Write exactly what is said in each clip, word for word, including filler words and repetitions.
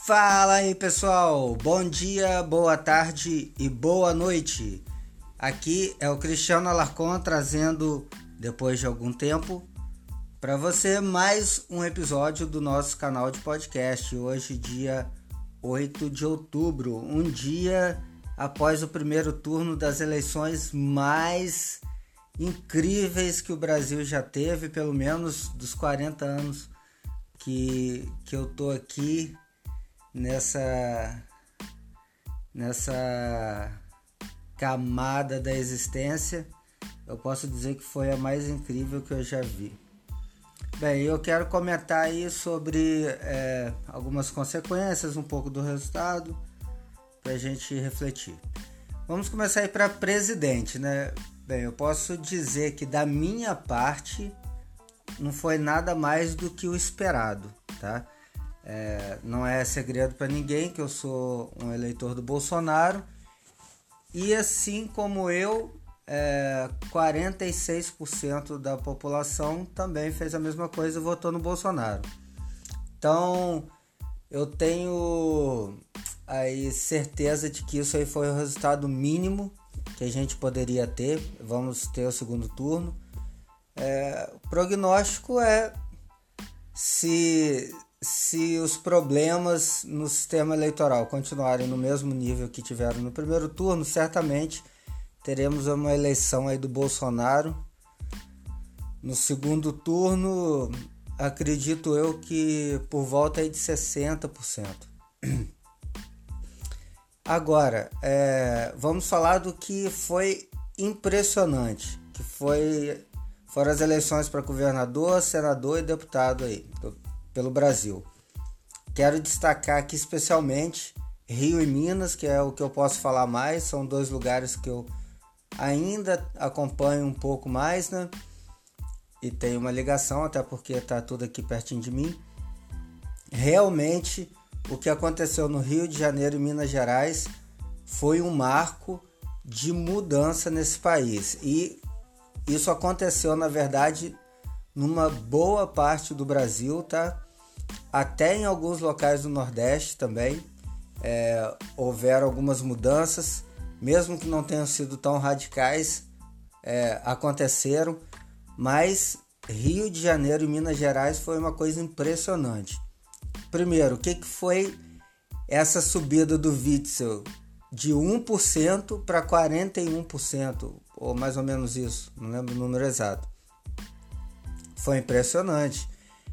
Fala aí, pessoal, bom dia, boa tarde e boa noite. Aqui é o Cristiano Alarcon trazendo, depois de algum tempo, para você mais um episódio do nosso canal de podcast. Hoje, dia oito de outubro, um dia após o primeiro turno das eleições mais incríveis que o Brasil já teve, pelo menos dos quarenta anos que, que eu tô aqui nessa, nessa camada da existência. Eu posso dizer que foi a mais incrível que eu já vi. Bem, eu quero comentar aí sobre é, algumas consequências, um pouco do resultado, para a gente refletir. Vamos começar aí para presidente, né? Bem, eu posso dizer que da minha parte não foi nada mais do que o esperado, tá? É, não é segredo para ninguém que eu sou um eleitor do Bolsonaro e assim como eu, é, quarenta e seis por cento da população também fez a mesma coisa e votou no Bolsonaro. Então eu tenho aí certeza de que isso aí foi o resultado mínimo que a gente poderia ter. Vamos ter o segundo turno. É, o prognóstico é se, se os problemas no sistema eleitoral continuarem no mesmo nível que tiveram no primeiro turno, certamente teremos uma eleição aí do Bolsonaro. No segundo turno, acredito eu que por volta aí de sessenta por cento. Agora, é, vamos falar do que foi impressionante, que foi, foram as eleições para governador, senador e deputado aí, do, pelo Brasil. Quero destacar aqui especialmente Rio e Minas, que é o que eu posso falar mais, são dois lugares que eu ainda acompanho um pouco mais, né? E tem uma ligação, até porque está tudo aqui pertinho de mim. Realmente, o que aconteceu no Rio de Janeiro e Minas Gerais foi um marco de mudança nesse país. E isso aconteceu, na verdade, numa boa parte do Brasil, tá? Até em alguns locais do Nordeste também é, houveram algumas mudanças, mesmo que não tenham sido tão radicais, é, aconteceram. Mas Rio de Janeiro e Minas Gerais foi uma coisa impressionante. Primeiro, o que, que foi essa subida do Witzel de um por cento para quarenta e um por cento, ou mais ou menos isso, não lembro o número exato. Foi impressionante.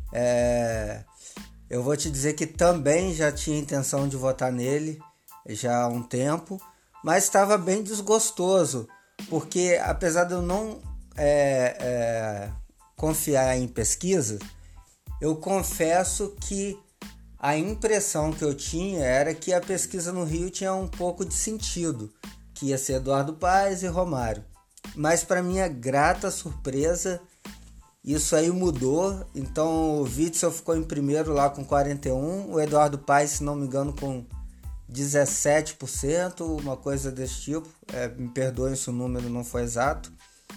É, eu vou te dizer que também já tinha intenção de votar nele já há um tempo, mas estava bem desgostoso, porque apesar de eu não é, é, confiar em pesquisa, eu confesso que a impressão que eu tinha era que a pesquisa no Rio tinha um pouco de sentido, que ia ser Eduardo Paes e Romário. Mas para minha grata surpresa, isso aí mudou. Então o Witzel ficou em primeiro lá com quarenta e um por cento, o Eduardo Paes, se não me engano, com dezessete por cento, uma coisa desse tipo. É, me perdoem se o número não foi exato.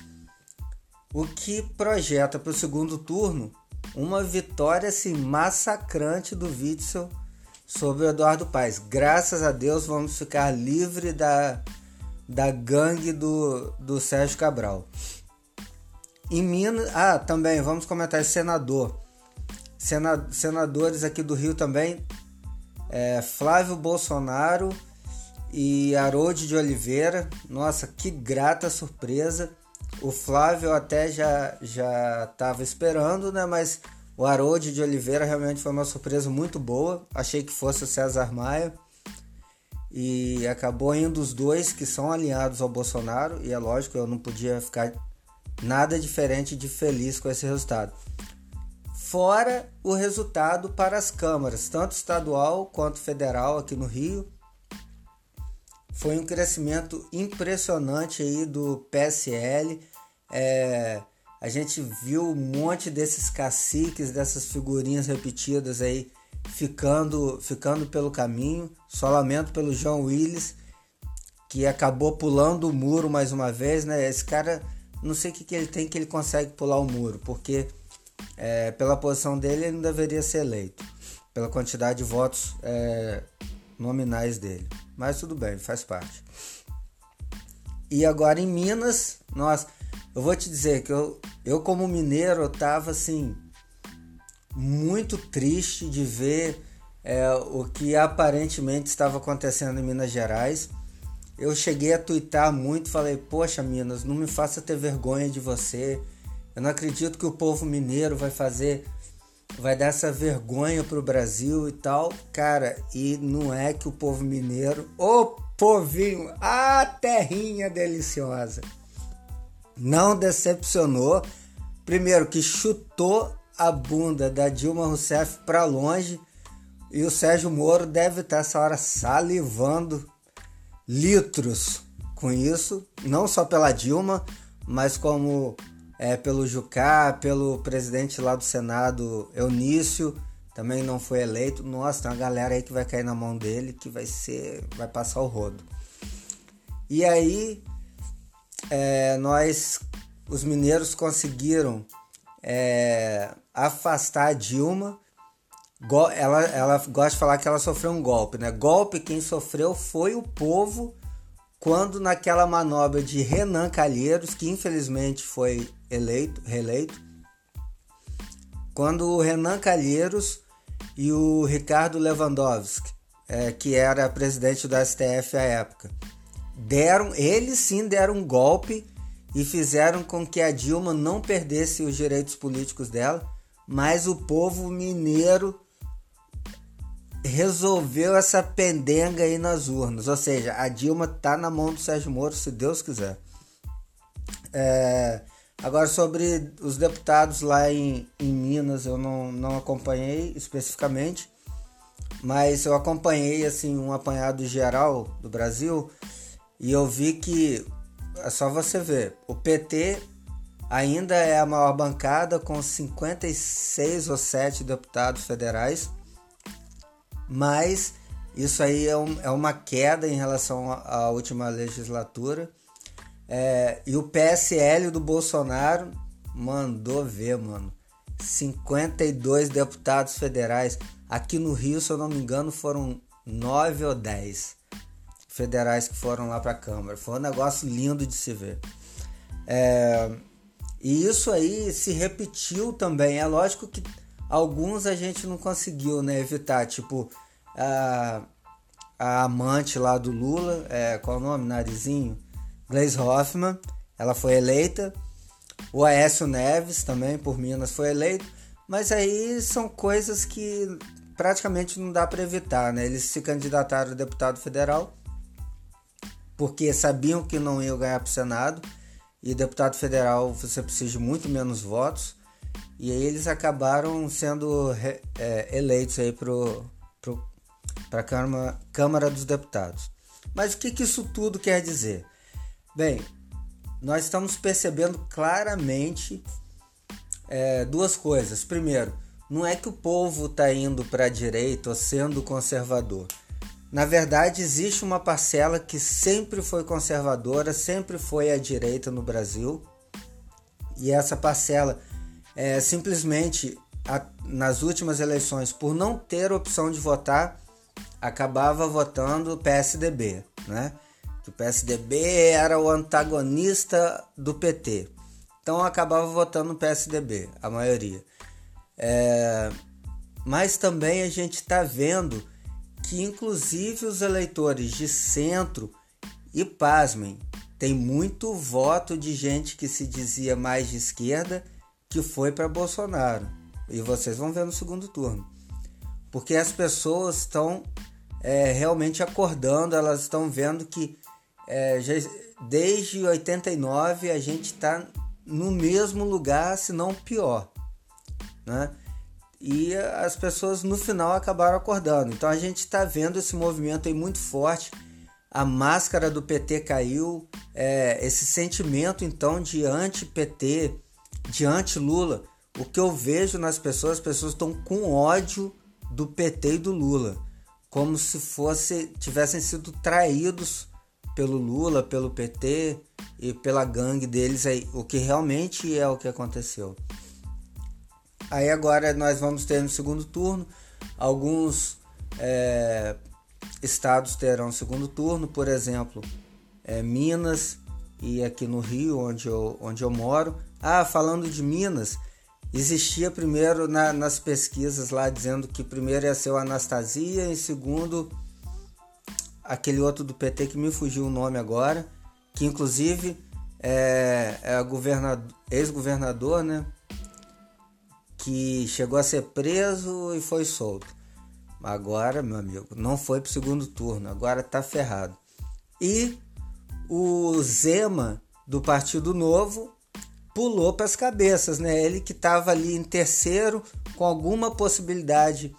O que projeta para o segundo turno uma vitória assim, massacrante do Witzel sobre o Eduardo Paes. Graças a Deus vamos ficar livre da, da gangue do, do Sérgio Cabral. Em Minas, ah, também vamos comentar senador. Sena, senadores aqui do Rio também, é, Flávio Bolsonaro e Harold de Oliveira. Nossa, que grata surpresa. O Flávio eu até já já estava esperando, né? Mas o Harold de Oliveira realmente foi uma surpresa muito boa. Achei que fosse o César Maia. E acabou indo os dois que são alinhados ao Bolsonaro. E é lógico, eu não podia ficar nada diferente de feliz com esse resultado. Fora o resultado para as câmaras, tanto estadual quanto federal aqui no Rio. Foi um crescimento impressionante aí do P S L. É, a gente viu um monte desses caciques, dessas figurinhas repetidas aí ficando, ficando pelo caminho. Só lamento pelo João Willis, que acabou pulando o muro mais uma vez, né? Esse cara, não sei o que, que ele tem que ele consegue pular o muro, porque é, pela posição dele ele não deveria ser eleito. pela quantidade de votos é, nominais dele. Mas tudo bem, faz parte. E agora em Minas, nossa, eu vou te dizer que eu, eu como mineiro, eu tava assim, muito triste de ver é, o que aparentemente estava acontecendo em Minas Gerais. Eu cheguei a tuitar muito, falei, poxa Minas, não me faça ter vergonha de você. Eu não acredito que o povo mineiro vai fazer, vai dar essa vergonha pro Brasil e tal. Cara, e não é que o povo mineiro, ô povinho, a terrinha deliciosa, não decepcionou. Primeiro que chutou a bunda da Dilma Rousseff para longe, e o Sérgio Moro deve estar essa hora salivando litros com isso, não só pela Dilma, mas como é, pelo Jucá, pelo presidente lá do Senado, Eunício, também não foi eleito. Nossa, tem uma galera aí que vai cair na mão dele, que vai ser, vai passar o rodo. E aí, é, nós, os mineiros conseguiram é, afastar a Dilma. Ela, ela gosta de falar que ela sofreu um golpe, né? Golpe quem sofreu foi o povo, quando naquela manobra de Renan Calheiros, que infelizmente foi eleito, reeleito, quando o Renan Calheiros e o Ricardo Lewandowski, é, que era presidente do S T F à época, deram, eles sim deram um golpe e fizeram com que a Dilma não perdesse os direitos políticos dela, mas o povo mineiro resolveu essa pendenga aí nas urnas. Ou seja, a Dilma tá na mão do Sérgio Moro, se Deus quiser. É, agora, sobre os deputados lá em, em Minas, eu não, não acompanhei especificamente, mas eu acompanhei assim, um apanhado geral do Brasil, e eu vi que, é só você ver, o P T ainda é a maior bancada, com cinquenta e seis ou sete deputados federais, mas isso aí é, um, é uma queda em relação à última legislatura. É, e o P S L do Bolsonaro mandou ver, mano, cinquenta e dois deputados federais. Aqui no Rio, se eu não me engano, foram nove ou dez federais que foram lá para a Câmara. Foi um negócio lindo de se ver. É, e isso aí se repetiu também. É lógico que alguns a gente não conseguiu, né, evitar, tipo a, a amante lá do Lula, é, qual é o nome? Narizinho? Gleisi Hoffmann, ela foi eleita. O Aécio Neves também, por Minas, foi eleito. Mas aí são coisas que praticamente não dá para evitar, né? Eles se candidataram a deputado federal porque sabiam que não iam ganhar para o Senado. E deputado federal você precisa de muito menos votos. E aí eles acabaram sendo é, eleitos aí para a Câmara, Câmara dos Deputados. Mas o que, que isso tudo quer dizer? Bem, nós estamos percebendo claramente é, duas coisas. Primeiro, não é que o povo está indo para a direita ou sendo conservador. Na verdade, existe uma parcela que sempre foi conservadora, sempre foi à direita no Brasil. E essa parcela, é, simplesmente, a, nas últimas eleições, por não ter opção de votar, acabava votando o P S D B, né? Que o P S D B era o antagonista do P T. Então acabava votando no P S D B, a maioria. É, mas também a gente está vendo que inclusive os eleitores de centro, e pasmem, tem muito voto de gente que se dizia mais de esquerda que foi para Bolsonaro. E vocês vão ver no segundo turno. Porque as pessoas estão é, realmente acordando, elas estão vendo que é, já, desde oitenta e nove a gente está no mesmo lugar, se não pior, né? E as pessoas no final acabaram acordando. Então a gente está vendo esse movimento aí muito forte. A máscara do P T caiu. É, esse sentimento então de anti-P T, de anti-Lula. O que eu vejo nas pessoas, as pessoas estão com ódio do P T e do Lula. Como se fosse, tivessem sido traídos pelo Lula, pelo P T e pela gangue deles aí. O que realmente é o que aconteceu. Aí agora nós vamos ter no segundo turno Alguns é, estados terão segundo turno, por exemplo, é, Minas e aqui no Rio, onde eu, onde eu moro. Ah, falando de Minas, existia primeiro na, nas pesquisas lá dizendo que primeiro ia ser o Anastasia, e segundo aquele outro do P T que me fugiu o nome agora, que inclusive é, é governador, ex-governador, né? Que chegou a ser preso e foi solto. Agora, meu amigo, não foi pro segundo turno, agora tá ferrado. E o Zema, do Partido Novo, pulou para as cabeças, né? Ele que estava ali em terceiro, com alguma possibilidade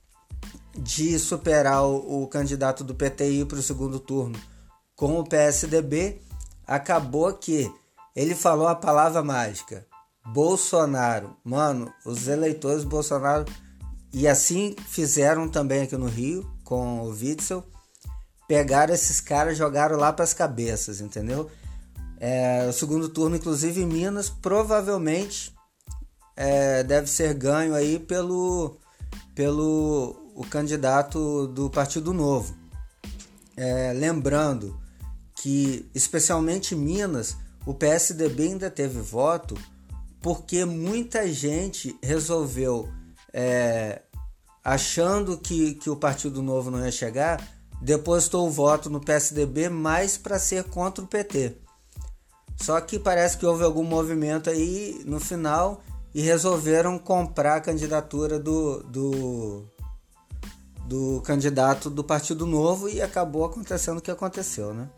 de superar o, o candidato do P T e ir para o segundo turno com o P S D B, acabou que ele falou a palavra mágica, Bolsonaro. Mano, os eleitores do Bolsonaro, e assim fizeram também aqui no Rio, com o Witzel, pegaram esses caras e jogaram lá para as cabeças, entendeu? É, o segundo turno, inclusive em Minas, provavelmente é, deve ser ganho aí pelo, pelo o candidato do Partido Novo. É, lembrando que, especialmente em Minas, o P S D B ainda teve voto porque muita gente resolveu, é, achando que, que o Partido Novo não ia chegar, depositou o voto no P S D B mais para ser contra o P T. Só que parece que houve algum movimento aí no final e resolveram comprar a candidatura do, do, do candidato do Partido Novo e acabou acontecendo o que aconteceu, né?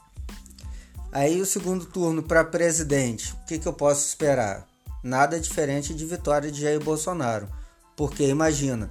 Aí o segundo turno para presidente, o que, que eu posso esperar? Nada diferente de vitória de Jair Bolsonaro. Porque imagina,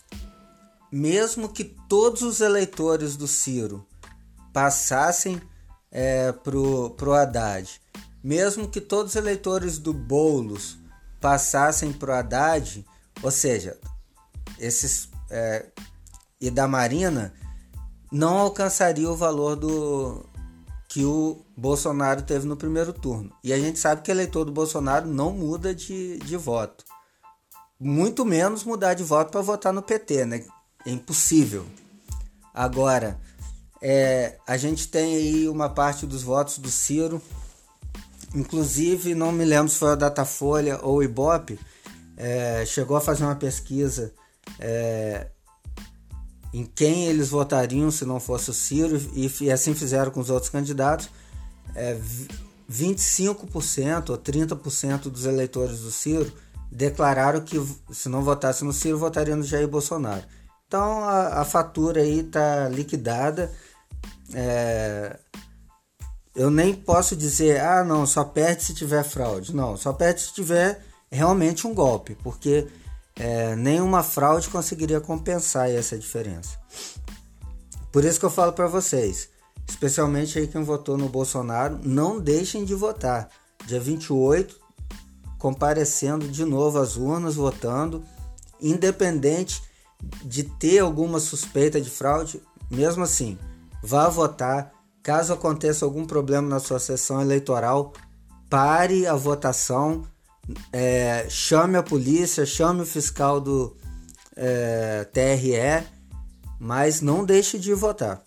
mesmo que todos os eleitores do Ciro passassem é, pro, pro Haddad, mesmo que todos os eleitores do Boulos passassem pro Haddad, ou seja, esses é, e da Marina, não alcançaria o valor do que o Bolsonaro teve no primeiro turno. E a gente sabe que o eleitor do Bolsonaro não muda de, de voto. Muito menos mudar de voto para votar no P T, né? É impossível. Agora, é, a gente tem aí uma parte dos votos do Ciro, inclusive, não me lembro se foi a Datafolha ou o Ibope, é, chegou a fazer uma pesquisa é, em quem eles votariam se não fosse o Ciro, e, e assim fizeram com os outros candidatos. É, vinte e cinco por cento ou trinta por cento dos eleitores do Ciro declararam que se não votasse no Ciro, votariam no Jair Bolsonaro. Então a, a fatura aí está liquidada. É, eu nem posso dizer, ah não, só perde se tiver fraude. Não, só perde se tiver realmente um golpe, porque é, nenhuma fraude conseguiria compensar essa diferença. Por isso que eu falo para vocês, especialmente aí quem votou no Bolsonaro, não deixem de votar. Dia vinte e oito, comparecendo de novo às urnas, votando, independente de ter alguma suspeita de fraude, mesmo assim, vá votar. Caso aconteça algum problema na sua sessão eleitoral, pare a votação, é, chame a polícia, chame o fiscal do é, T R E, mas não deixe de votar.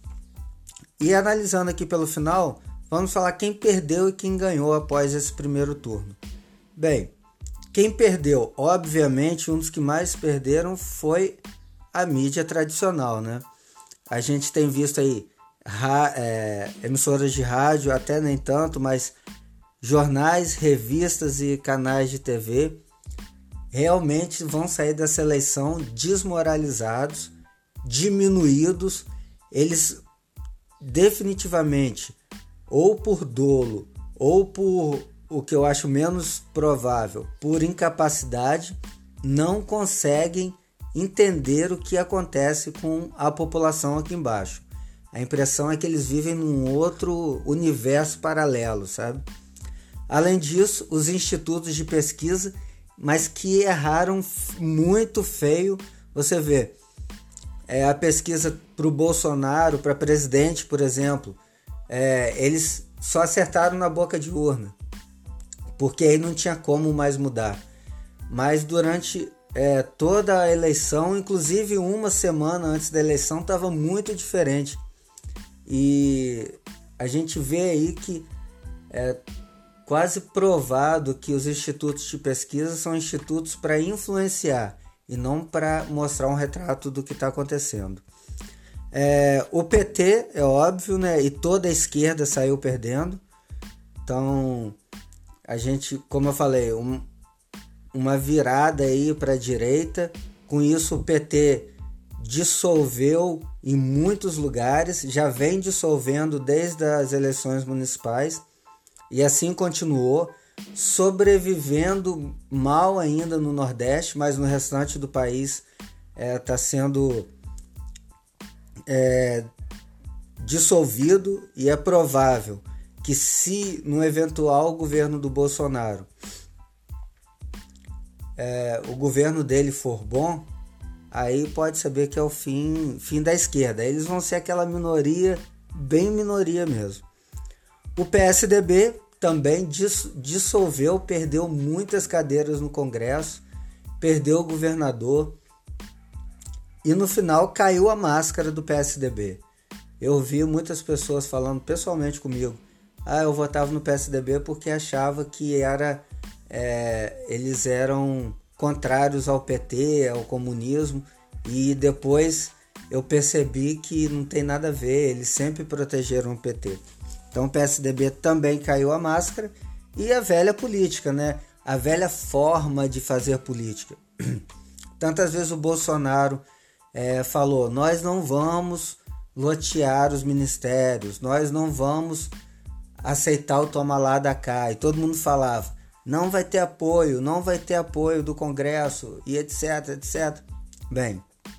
E analisando aqui pelo final, vamos falar quem perdeu e quem ganhou após esse primeiro turno. Bem, quem perdeu, obviamente, um dos que mais perderam foi a mídia tradicional, né? A gente tem visto aí ra- é, emissoras de rádio, até nem tanto, mas jornais, revistas e canais de T V realmente vão sair dessa eleição desmoralizados, diminuídos. Eles definitivamente, ou por dolo, ou por o que eu acho menos provável, por incapacidade, não conseguem entender o que acontece com a população aqui embaixo. A impressão é que eles vivem num outro universo paralelo, sabe? Além disso, os institutos de pesquisa, mas que erraram muito feio. Você vê, é, a pesquisa para o Bolsonaro, para presidente, por exemplo, é, eles só acertaram na boca de urna, porque aí não tinha como mais mudar. Mas durante é, toda a eleição, inclusive uma semana antes da eleição, estava muito diferente. E a gente vê aí que é quase provado que os institutos de pesquisa são institutos para influenciar e não para mostrar um retrato do que está acontecendo. É, o P T, é óbvio, né? E toda a esquerda saiu perdendo. Então, a gente, como eu falei, um, uma virada aí para a direita. Com isso, o P T dissolveu em muitos lugares, já vem dissolvendo desde as eleições municipais e assim continuou, sobrevivendo mal ainda no Nordeste, mas no restante do país está é, sendo é, dissolvido, e é provável que, se no eventual governo do Bolsonaro é, o governo dele for bom, aí pode saber que é o fim, fim da esquerda. Eles vão ser aquela minoria, bem minoria mesmo. O P S D B também dissolveu, perdeu muitas cadeiras no Congresso, perdeu o governador e no final caiu a máscara do P S D B. Eu vi muitas pessoas falando pessoalmente comigo: ah, eu votava no P S D B porque achava que era, é, eles eram contrários ao P T, ao comunismo, e depois eu percebi que não tem nada a ver, eles sempre protegeram o P T. Então o P S D B também caiu a máscara, e a velha política, né? A velha forma de fazer política. Tantas vezes o Bolsonaro é, falou: nós não vamos lotear os ministérios, nós não vamos aceitar o toma lá da cá, e todo mundo falava: não vai ter apoio, não vai ter apoio do Congresso, e etc, etcétera. Bem,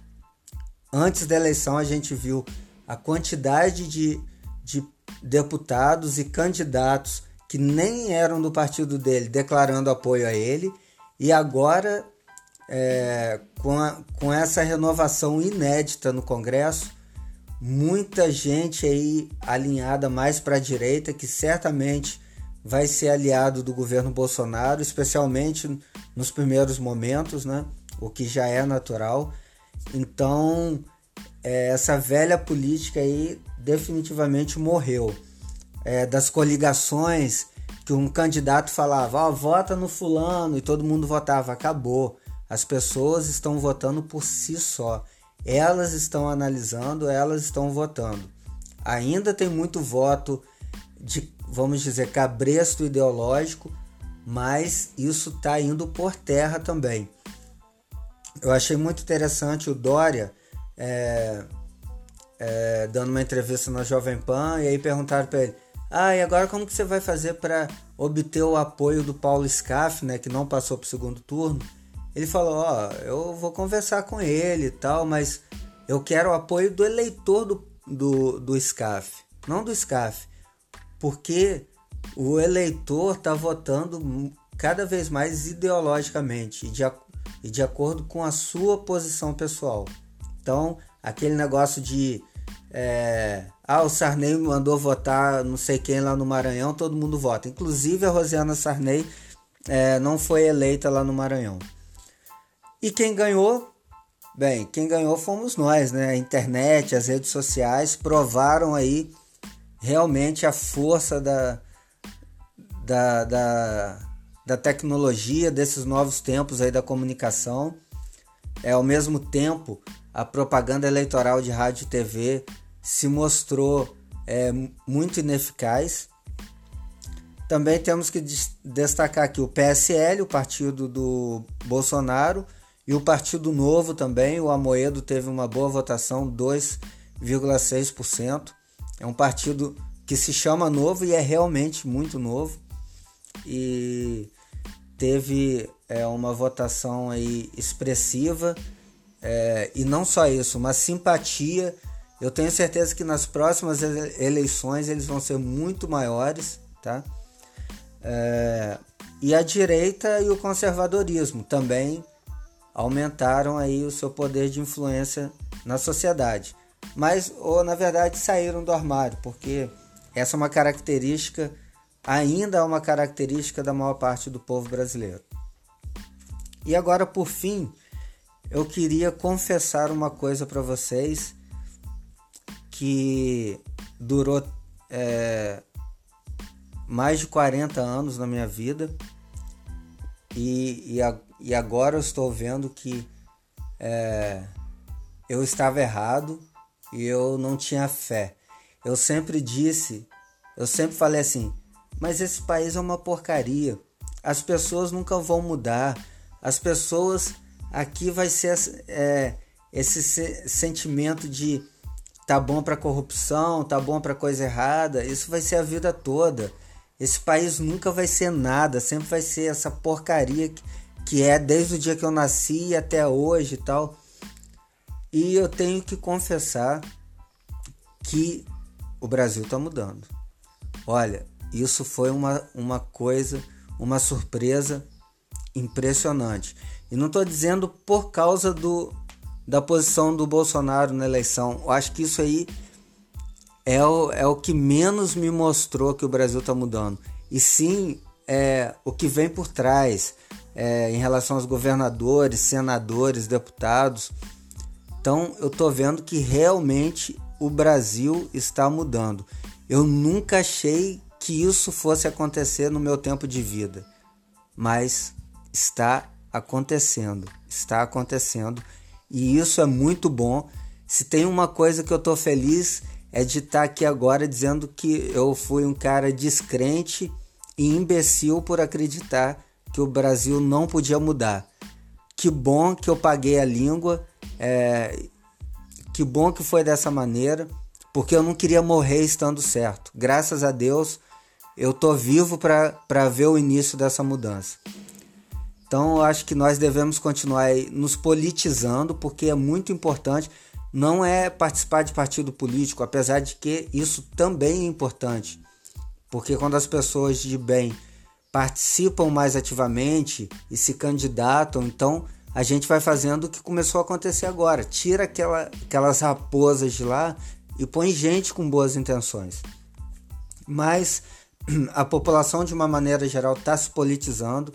antes da eleição a gente viu a quantidade de, de deputados e candidatos que nem eram do partido dele declarando apoio a ele, e agora, é, com, a, com essa renovação inédita no Congresso, muita gente aí alinhada mais para a direita, que certamente vai ser aliado do governo Bolsonaro, especialmente nos primeiros momentos, né? O que já é natural. Então, é, essa velha política aí definitivamente morreu. É, das coligações, que um candidato falava: ó, vota no fulano, e todo mundo votava. Acabou. As pessoas estão votando por si só. Elas estão analisando, elas estão votando. Ainda tem muito voto de, vamos dizer, cabresto ideológico, mas isso está indo por terra também. Eu achei muito interessante o Dória é, é, dando uma entrevista na Jovem Pan, e aí perguntaram para ele: ah, e agora como que você vai fazer para obter o apoio do Paulo Scaff, né, que não passou para o segundo turno? Ele falou: ó, eu vou conversar com ele e tal, mas eu quero o apoio do eleitor do, do, do Scaff, não do Scaff, porque o eleitor está votando cada vez mais ideologicamente e de, e de acordo com a sua posição pessoal. Então, aquele negócio de é, ah, o Sarney mandou votar não sei quem lá no Maranhão, todo mundo vota. Inclusive a Rosiana Sarney é, não foi eleita lá no Maranhão. E quem ganhou? Bem, quem ganhou fomos nós, né? A internet, as redes sociais provaram aí realmente a força da, da, da, da tecnologia, desses novos tempos aí da comunicação. É, ao mesmo tempo, a propaganda eleitoral de rádio e T V se mostrou é, muito ineficaz. Também temos que destacar aqui o P S L, o partido do Bolsonaro, e o Partido Novo também. O Amoedo teve uma boa votação, dois vírgula seis por cento. É um partido que se chama novo e é realmente muito novo. E teve é, uma votação aí expressiva. É, e não só isso, uma simpatia. Eu tenho certeza que nas próximas eleições eles vão ser muito maiores, tá? É, e a direita e o conservadorismo também aumentaram aí o seu poder de influência na sociedade. Mas, ou na verdade, saíram do armário, porque essa é uma característica, ainda é uma característica da maior parte do povo brasileiro. E agora, por fim, eu queria confessar uma coisa para vocês que durou é, mais de quarenta anos na minha vida e, e, a, e agora eu estou vendo que é, eu estava errado e eu não tinha fé. Eu sempre disse, eu sempre falei assim, mas esse país é uma porcaria, as pessoas nunca vão mudar, as pessoas aqui vai ser é, esse se, sentimento de tá bom para corrupção, tá bom para coisa errada, isso vai ser a vida toda. Esse país nunca vai ser nada, sempre vai ser essa porcaria que, que é desde o dia que eu nasci até hoje e tal. E eu tenho que confessar que o Brasil está mudando. Olha, isso foi uma, uma coisa, uma surpresa impressionante. E não estou dizendo por causa do, da posição do Bolsonaro na eleição. Eu acho que isso aí é o, é o que menos me mostrou que o Brasil está mudando. E sim, é, o que vem por trás, é, em relação aos governadores, senadores, deputados. Então eu estou vendo que realmente o Brasil está mudando. Eu nunca achei que isso fosse acontecer no meu tempo de vida. Mas está acontecendo, está acontecendo. E isso é muito bom. Se tem uma coisa que eu estou feliz é de estar aqui agora dizendo que eu fui um cara descrente e imbecil por acreditar que o Brasil não podia mudar. Que bom que eu paguei a língua, é, que bom que foi dessa maneira, porque eu não queria morrer estando certo. Graças a Deus eu estou vivo para ver o início dessa mudança. Então eu acho que nós devemos continuar aí nos politizando, porque é muito importante. Não é participar de partido político, apesar de que isso também é importante. Porque quando as pessoas de bem participam mais ativamente e se candidatam, então a gente vai fazendo o que começou a acontecer agora. Tira aquela, aquelas raposas de lá e põe gente com boas intenções. Mas a população, de uma maneira geral, está se politizando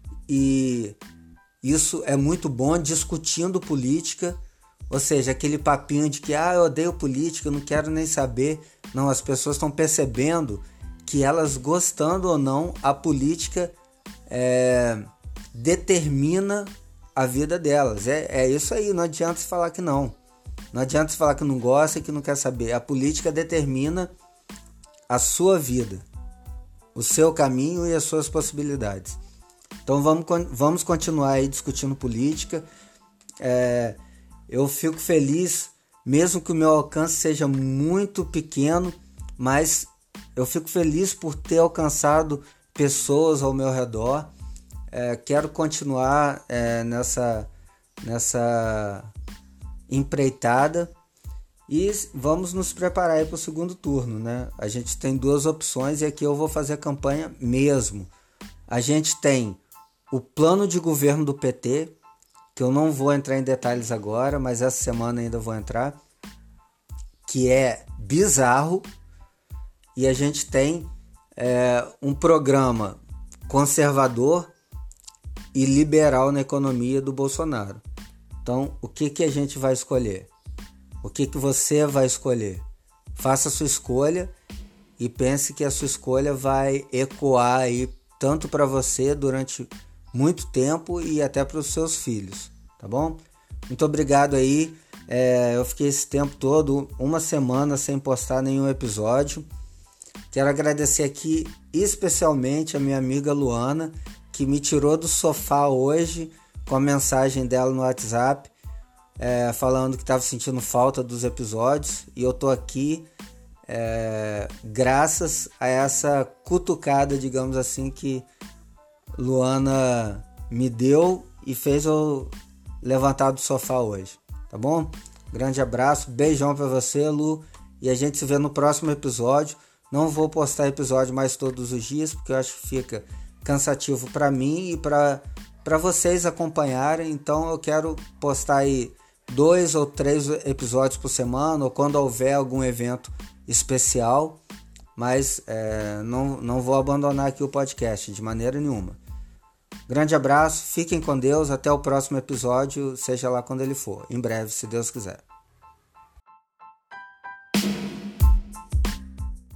e isso é muito bom, discutindo política. Ou seja, aquele papinho de que ah, eu odeio política, eu não quero nem saber. Não, as pessoas estão percebendo que elas, gostando ou não, a política é, determina a vida delas. É, é isso aí, não adianta se falar que não. Não adianta se falar que não gosta e que não quer saber. A política determina a sua vida, o seu caminho e as suas possibilidades. Então vamos, vamos continuar aí discutindo política. É... Eu fico feliz, mesmo que o meu alcance seja muito pequeno, mas eu fico feliz por ter alcançado pessoas ao meu redor. É, quero continuar é, nessa, nessa empreitada e vamos nos preparar para o segundo turno, né? A gente tem duas opções e aqui eu vou fazer a campanha mesmo. A gente tem o plano de governo do P T, que eu não vou entrar em detalhes agora, mas essa semana ainda vou entrar, que é bizarro, e a gente tem é, um programa conservador e liberal na economia do Bolsonaro. Então, o que, que a gente vai escolher? O que, que você vai escolher? Faça a sua escolha e pense que a sua escolha vai ecoar aí tanto para você durante muito tempo e até para os seus filhos, tá bom? Muito obrigado aí, é, eu fiquei esse tempo todo, uma semana sem postar nenhum episódio. Quero agradecer aqui especialmente a minha amiga Luana, que me tirou do sofá hoje com a mensagem dela no WhatsApp, é, falando que estava sentindo falta dos episódios, e eu tô aqui é, graças a essa cutucada, digamos assim, que Luana me deu e fez eu levantar do sofá hoje, tá bom? Grande abraço, beijão pra você, Lu, e a gente se vê no próximo episódio. Não vou postar episódio mais todos os dias, porque eu acho que fica cansativo para mim e para para vocês acompanharem, então eu quero postar aí dois ou três episódios por semana, ou quando houver algum evento especial, mas é, não, não vou abandonar aqui o podcast de maneira nenhuma. Grande abraço, fiquem com Deus, até o próximo episódio, seja lá quando ele for, em breve, se Deus quiser.